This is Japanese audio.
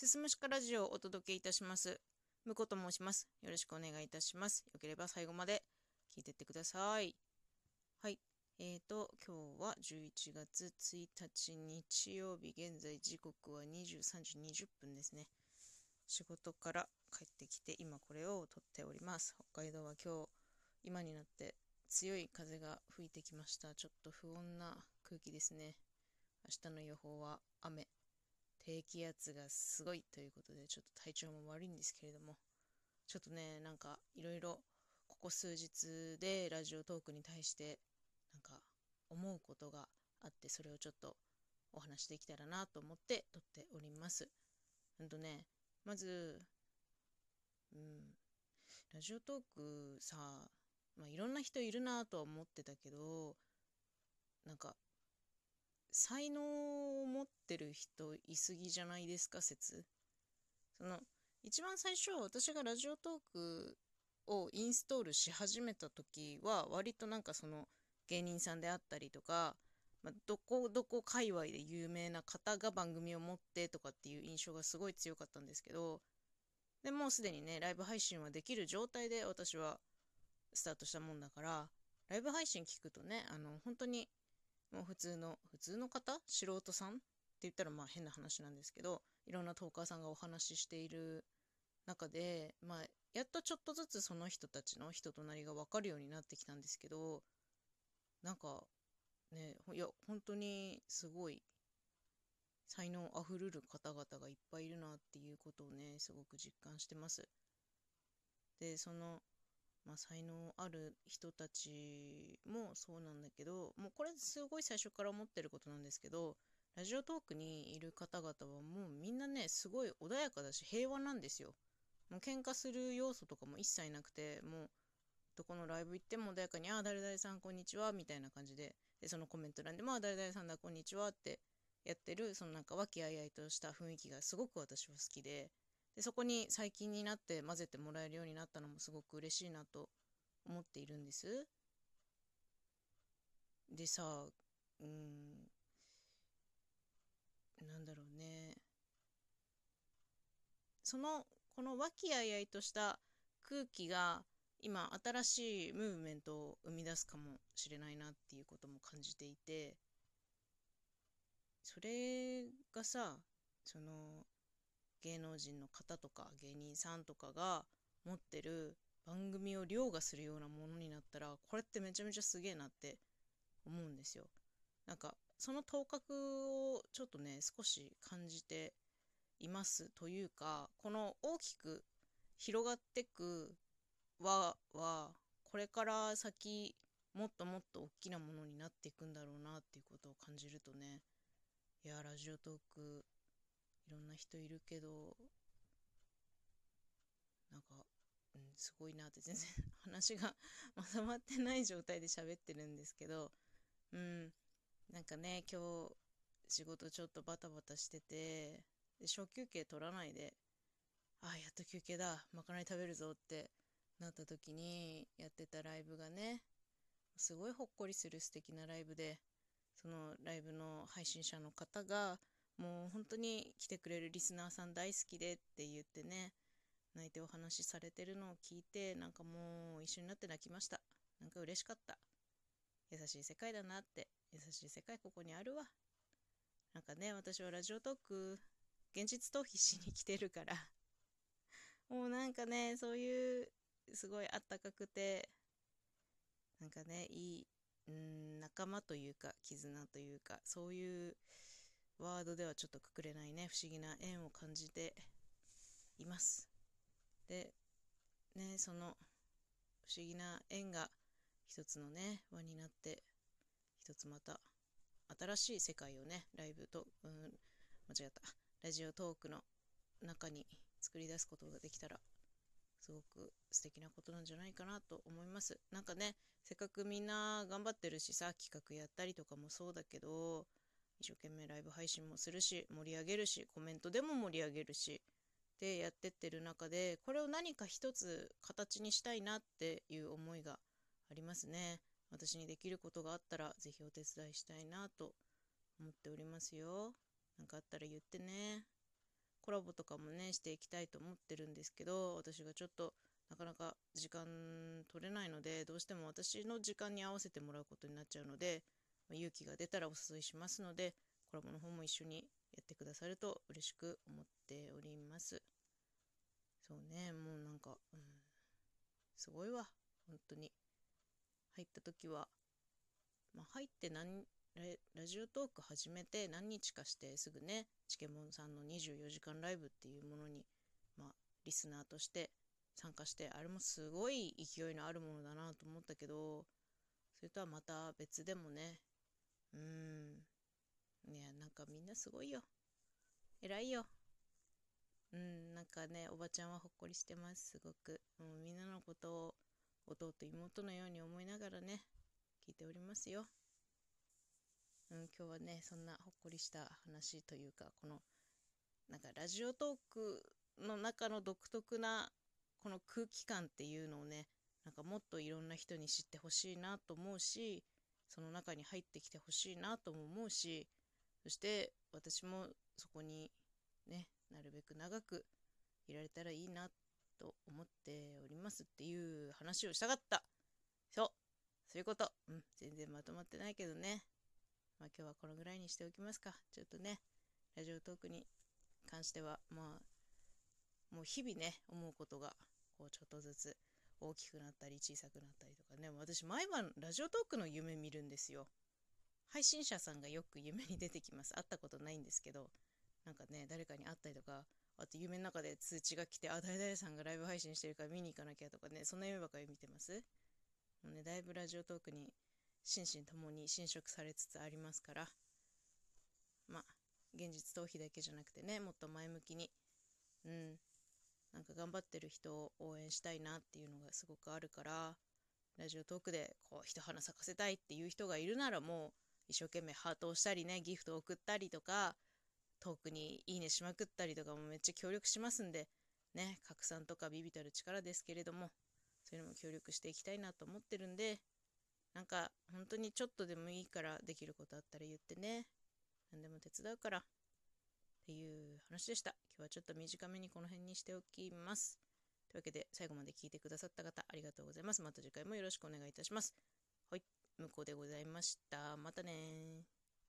すすむしかラジオをお届けいたします。むこと申します。よろしくお願いいたします。よければ最後まで聞いてってください。はい。今日は11月1日日曜日、現在時刻は23時20分ですね。仕事から帰ってきて、今これを撮っております。北海道は今になって強い風が吹いてきました。ちょっと不穏な空気ですね。明日の予報は雨。低気圧がすごいということで、ちょっと体調も悪いんですけれども、ちょっとね、なんかいろいろここ数日でラジオトークに対してなんか思うことがあって、それをちょっとお話できたらなと思って撮っております。まず、うん、ラジオトークさ、いろんな人いるなとは思ってたけど、なんか才能を持ってる人いすぎじゃないですか説。その一番最初私がラジオトークをインストールし始めた時は割となんかその芸人さんであったりとか、どこどこ界隈で有名な方が番組を持ってとかっていう印象がすごい強かったんですけど、でもうすでにねライブ配信はできる状態で私はスタートしたもんだから、ライブ配信聞くとね、本当にもう普通の方、素人さんって言ったらまあ変な話なんですけど、いろんなトーカーさんがお話ししている中で、やっとちょっとずつその人たちの人となりが分かるようになってきたんですけど、なんかね、いや、本当にすごい才能あふれる方々がいっぱいいるなっていうことをね、すごく実感してます。で、才能ある人たちもそうなんだけど、もうこれすごい最初から思ってることなんですけど、ラジオトークにいる方々はもうみんなね、すごい穏やかだし平和なんですよ。もう喧嘩する要素とかも一切なくて、もうどこのライブ行っても穏やかに、ああ、誰々さんこんにちは、みたいな感じで、で、そのコメント欄で、まあ、誰々さんだ、こんにちはってやってる、そのなんか和気あいあいとした雰囲気がすごく私は好きで、で、そこに最近になって混ぜてもらえるようになったのもすごく嬉しいなと思っているんです。でさ、なんだろうね。この和気あいあいとした空気が今新しいムーブメントを生み出すかもしれないなっていうことも感じていて、それがさ、その芸能人の方とか芸人さんとかが持ってる番組を凌駕するようなものになったら、これってめちゃめちゃすげえなって思うんですよ。なんかその頭角をちょっとね少し感じていますというか、この大きく広がってくはこれから先もっともっと大きなものになっていくんだろうなっていうことを感じるとね、いやラジオトークいろんな人いるけど、なんか、すごいなって全然話がまとまってない状態で喋ってるんですけど、うん、なんかね、今日仕事ちょっとバタバタしてて、で小休憩取らないで、ああ、やっと休憩だ、まかない食べるぞってなった時にやってたライブがね、すごいほっこりする素敵なライブで、そのライブの配信者の方が、もう本当に来てくれるリスナーさん大好きでって言ってね、泣いてお話しされてるのを聞いて、なんかもう一緒になって泣きました。なんか嬉しかった。優しい世界だなって。優しい世界ここにあるわ。なんかね、私はラジオトーク、現実逃避しに来てるからもうなんかね、そういう、すごいあったかくて、なんかね、いい、仲間というか、絆というか、そういうワードではちょっとくくれないね、不思議な縁を感じています。で、ね、その不思議な縁が一つのね、輪になって、一つまた新しい世界をね、ライブと、間違った、ラジオトークの中に作り出すことができたら、すごく素敵なことなんじゃないかなと思います。なんかね、せっかくみんな頑張ってるしさ、企画やったりとかもそうだけど、一生懸命ライブ配信もするし、盛り上げるし、コメントでも盛り上げるし、でやってってる中で、これを何か一つ形にしたいなっていう思いがありますね。私にできることがあったら、ぜひお手伝いしたいなと思っておりますよ。なんかあったら言ってね。 コラボとかもね、していきたいと思ってるんですけど、私がちょっとなかなか時間取れないので、どうしても私の時間に合わせてもらうことになっちゃうので、勇気が出たらお誘いしますので、コラボの方も一緒にやってくださると嬉しく思っております。そうね、もうなんか、すごいわ。本当に。入った時は、入ってラジオトーク始めて何日かしてすぐね、チケモンさんの24時間ライブっていうものに、リスナーとして参加して、あれもすごい勢いのあるものだなと思ったけど、それとはまた別でもね、うーん、いや、なんかみんなすごいよ。偉いよ。なんかね、おばちゃんはほっこりしてます、すごく。もうみんなのことを弟、妹のように思いながらね、聞いておりますよ。今日はね、そんなほっこりした話というか、なんかラジオトークの中の独特な、この空気感っていうのをね、なんかもっといろんな人に知ってほしいなと思うし、その中に入ってきてほしいなとも思うし、そして私もそこにね、なるべく長くいられたらいいなと思っておりますっていう話をしたかった。そう、そういうこと。全然まとまってないけどね。今日はこのぐらいにしておきますか。ちょっとね、ラジオトークに関しては、もう日々ね、思うことが、ちょっとずつ大きくなったり小さくなったりとかね、私毎晩ラジオトークの夢見るんですよ。配信者さんがよく夢に出てきます。会ったことないんですけど、なんかね、誰かに会ったりとか、あと夢の中で通知が来て、誰々さんがライブ配信してるから見に行かなきゃとかね、そんな夢ばかり見てます。もうね、だいぶラジオトークに心身ともに侵食されつつありますから、現実逃避だけじゃなくてね、もっと前向きに、なんか頑張ってる人を応援したいなっていうのがすごくあるから、ラジオトークで一花咲かせたいっていう人がいるなら、もう一生懸命ハートをしたりね、ギフトを送ったりとか、トークにいいねしまくったりとかもめっちゃ協力しますんで、ね、拡散とかビビたる力ですけれども、そういうのも協力していきたいなと思ってるんで、なんか本当にちょっとでもいいからできることあったら言ってね。何でも手伝うからっていう話でした。今日はちょっと短めにこの辺にしておきます。というわけで最後まで聞いてくださった方ありがとうございます。また次回もよろしくお願いいたします。はい、向こうでございました。またね